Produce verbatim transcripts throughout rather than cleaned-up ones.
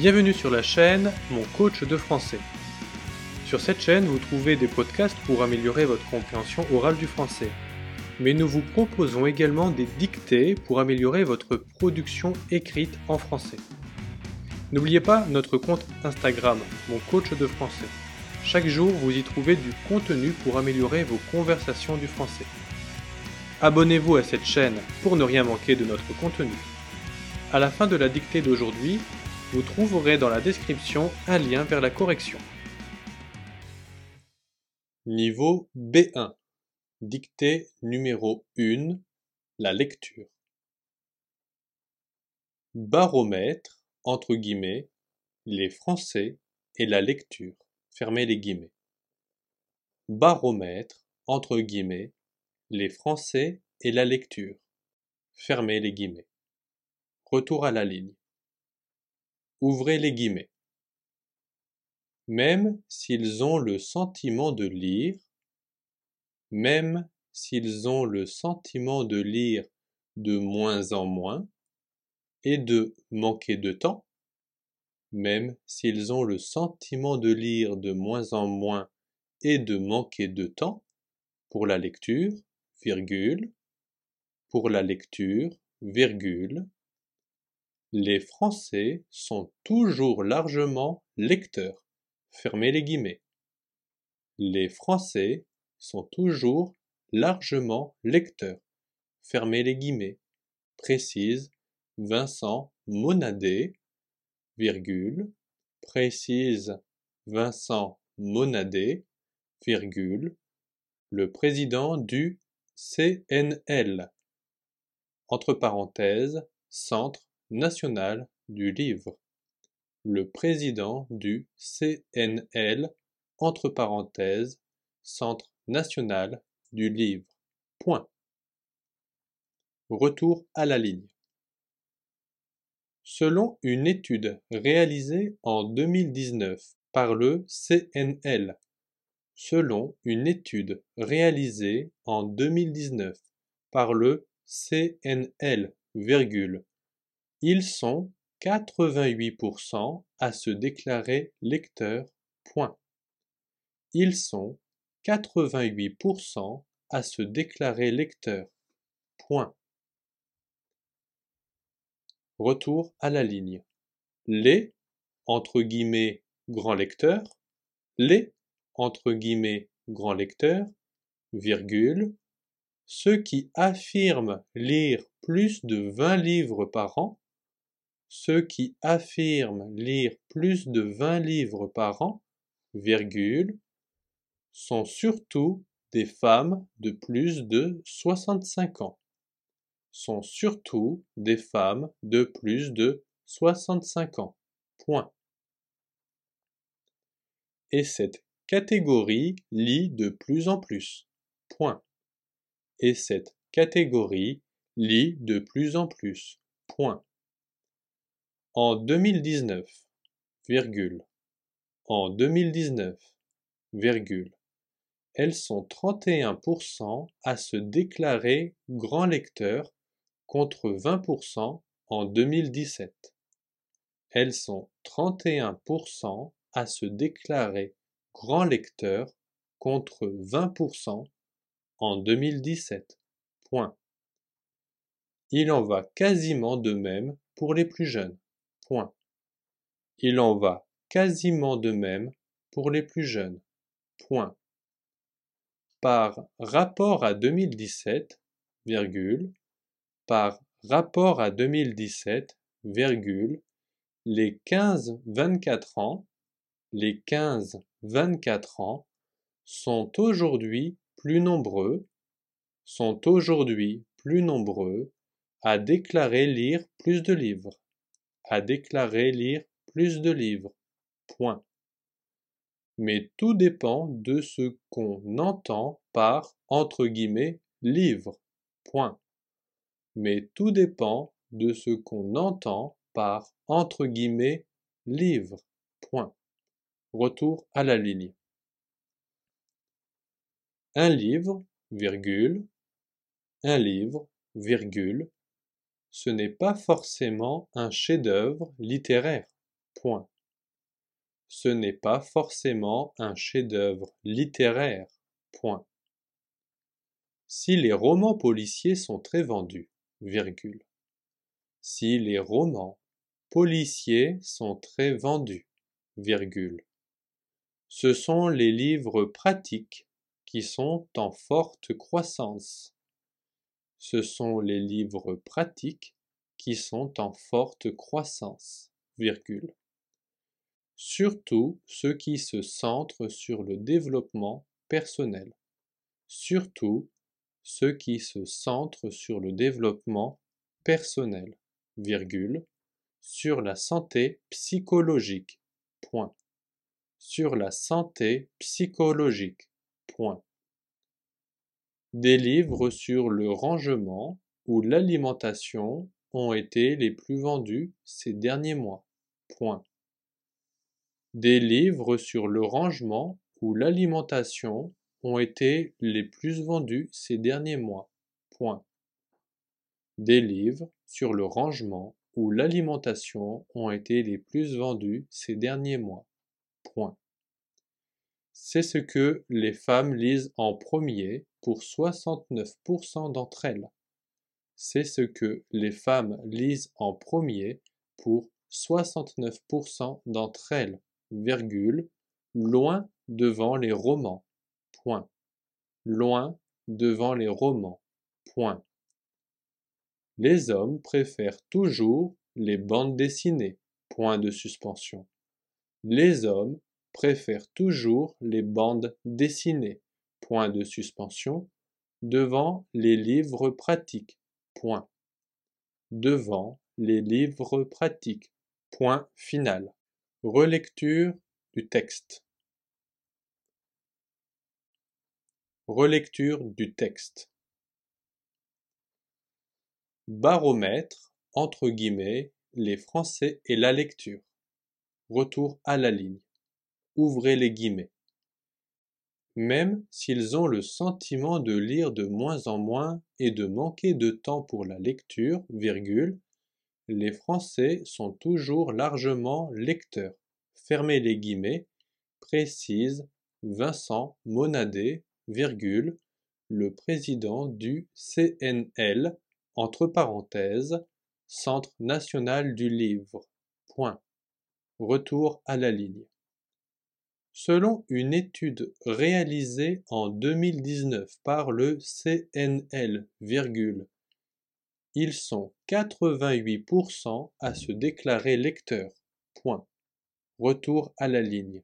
Bienvenue sur la chaîne Mon Coach de Français. Sur cette chaîne, vous trouvez des podcasts pour améliorer votre compréhension orale du français. Mais nous vous proposons également des dictées pour améliorer votre production écrite en français. N'oubliez pas notre compte Instagram, Mon Coach de Français. Chaque jour, vous y trouvez du contenu pour améliorer vos conversations du français. Abonnez-vous à cette chaîne pour ne rien manquer de notre contenu. À la fin de la dictée d'aujourd'hui, vous trouverez dans la description un lien vers la correction. Niveau B un. Dictée numéro un. La lecture. Baromètre, entre guillemets, les Français et la lecture. Fermez les guillemets. Baromètre, entre guillemets, les Français et la lecture. Fermez les guillemets. Retour à la ligne. Ouvrez les guillemets. Même s'ils ont le sentiment de lire, même s'ils ont le sentiment de lire de moins en moins et de manquer de temps, même s'ils ont le sentiment de lire de moins en moins et de manquer de temps pour la lecture, virgule, pour la lecture, virgule, les Français sont toujours largement lecteurs. Fermez les guillemets. Les Français sont toujours largement lecteurs. Fermez les guillemets. Précise Vincent Monadé, virgule, précise Vincent Monadé, virgule, le président du C N L, entre parenthèses, Centre national du livre. Le président du C N L, entre parenthèses, Centre national du livre. Point. Retour à la ligne. Selon une étude réalisée en deux mille dix-neuf par le C N L, selon une étude réalisée en deux mille dix-neuf par le C N L, virgule, ils sont quatre-vingt-huit pour cent à se déclarer lecteurs. Point. Ils sont quatre-vingt-huit pour cent à se déclarer lecteurs. Point. Retour à la ligne. Les, entre guillemets, grands lecteurs, les, entre guillemets, grands lecteurs, virgule, ceux qui affirment lire plus de vingt livres par an, ceux qui affirment lire plus de vingt livres par an, virgule, sont surtout des femmes de plus de soixante-cinq ans. Sont surtout des femmes de plus de soixante-cinq ans. Point. Et cette catégorie lit de plus en plus. Point. Et cette catégorie lit de plus en plus. Point. En deux mille dix-neuf, virgule, en deux mille dix-neuf, virgule, elles sont trente et un pour cent à se déclarer grands lecteurs contre vingt pour cent en deux mille dix-sept. Elles sont trente et un pour cent à se déclarer grands lecteurs contre vingt pour cent en deux mille dix-sept. Point. Il en va quasiment de même pour les plus jeunes. Point. Il en va quasiment de même pour les plus jeunes. Point. Par rapport à deux mille dix-sept, virgule, par rapport à deux mille dix-sept, virgule, les quinze vingt-quatre ans, les quinze vingt-quatre ans sont aujourd'hui plus nombreux, sont aujourd'hui plus nombreux à déclarer lire plus de livres, à déclarer lire plus de livres. Point. Mais tout dépend de ce qu'on entend par, entre guillemets, livre. Point. Mais tout dépend de ce qu'on entend par, entre guillemets, livre. Point. Retour à la ligne. Un livre, virgule, un livre, virgule, ce n'est pas forcément un chef-d'œuvre littéraire. Point. Ce n'est pas forcément un chef-d'œuvre littéraire. Point. Si les romans policiers sont très vendus, virgule. Si les romans policiers sont très vendus, virgule. Ce sont les livres pratiques qui sont en forte croissance. Ce sont les livres pratiques qui sont en forte croissance, virgule. Surtout ceux qui se centrent sur le développement personnel. Surtout ceux qui se centrent sur le développement personnel, virgule, sur la santé psychologique, point. Sur la santé psychologique, point. Des livres sur le rangement ou l'alimentation ont été les plus vendus ces derniers mois, point. Des livres sur le rangement ou l'alimentation ont été les plus vendus ces derniers mois, point. Des livres sur le rangement ou l'alimentation ont été les plus vendus ces derniers mois, point. C'est ce que les femmes lisent en premier pour soixante-neuf pour cent d'entre elles. C'est ce que les femmes lisent en premier pour soixante-neuf pour cent d'entre elles, virgule, loin devant les romans, point. Loin devant les romans, point. Les hommes préfèrent toujours les bandes dessinées, point de suspension. Les hommes préfèrent toujours les bandes dessinées, point de suspension, devant les livres pratiques, point. Devant les livres pratiques, point final. Relecture du texte. Relecture du texte. Baromètre, entre guillemets, les Français et la lecture. Retour à la ligne. Ouvrez les guillemets. Même s'ils ont le sentiment de lire de moins en moins et de manquer de temps pour la lecture, virgule, les Français sont toujours largement lecteurs. Fermez les guillemets, précise Vincent Monnadet, virgule, le président du C N L, entre parenthèses, Centre national du livre. Point. Retour à la ligne. Selon une étude réalisée en deux mille dix-neuf par le C N L, virgule, ils sont quatre-vingt-huit pour cent à se déclarer lecteurs. Point. Retour à la ligne.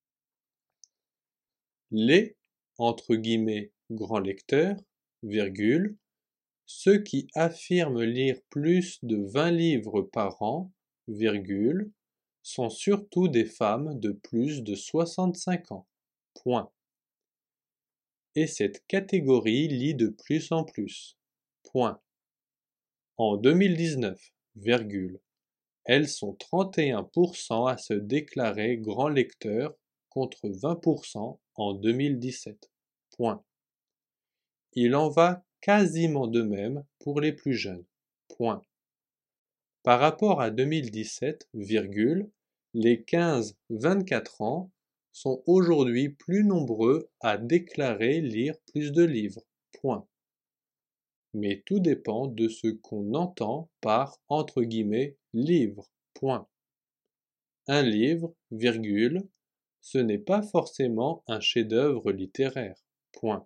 Les, entre guillemets, grands lecteurs, virgule, ceux qui affirment lire plus de vingt livres par an, virgule, sont surtout des femmes de plus de soixante-cinq ans. Point. Et cette catégorie lit de plus en plus. Point. En deux mille dix-neuf, virgule, elles sont trente et un pour cent à se déclarer grands lecteurs contre vingt pour cent en deux mille dix-sept. Point. Il en va quasiment de même pour les plus jeunes. Point. Par rapport à deux mille dix-sept, virgule, les quinze vingt-quatre ans sont aujourd'hui plus nombreux à déclarer lire plus de livres. Point. Mais tout dépend de ce qu'on entend par, entre guillemets, livre. Point. Un livre, virgule, ce n'est pas forcément un chef-d'œuvre littéraire. Point.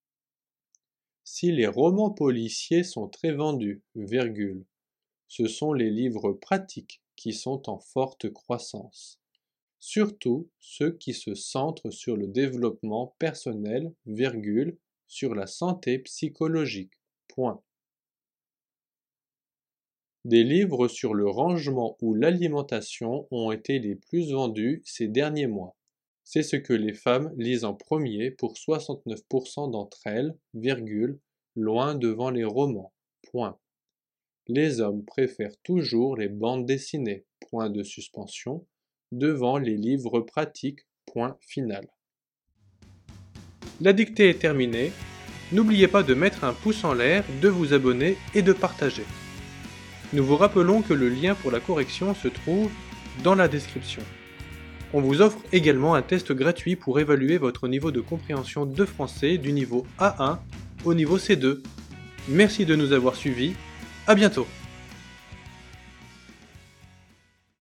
Si les romans policiers sont très vendus, virgule, ce sont les livres pratiques qui sont en forte croissance. Surtout ceux qui se centrent sur le développement personnel, virgule, sur la santé psychologique. Point. Des livres sur le rangement ou l'alimentation ont été les plus vendus ces derniers mois. C'est ce que les femmes lisent en premier pour soixante-neuf pour cent d'entre elles, virgule, loin devant les romans. Point. Les hommes préfèrent toujours les bandes dessinées, point de suspension, devant les livres pratiques, point final. La dictée est terminée. N'oubliez pas de mettre un pouce en l'air, de vous abonner et de partager. Nous vous rappelons que le lien pour la correction se trouve dans la description. On vous offre également un test gratuit pour évaluer votre niveau de compréhension de français du niveau A un au niveau C deux. Merci de nous avoir suivis, à bientôt.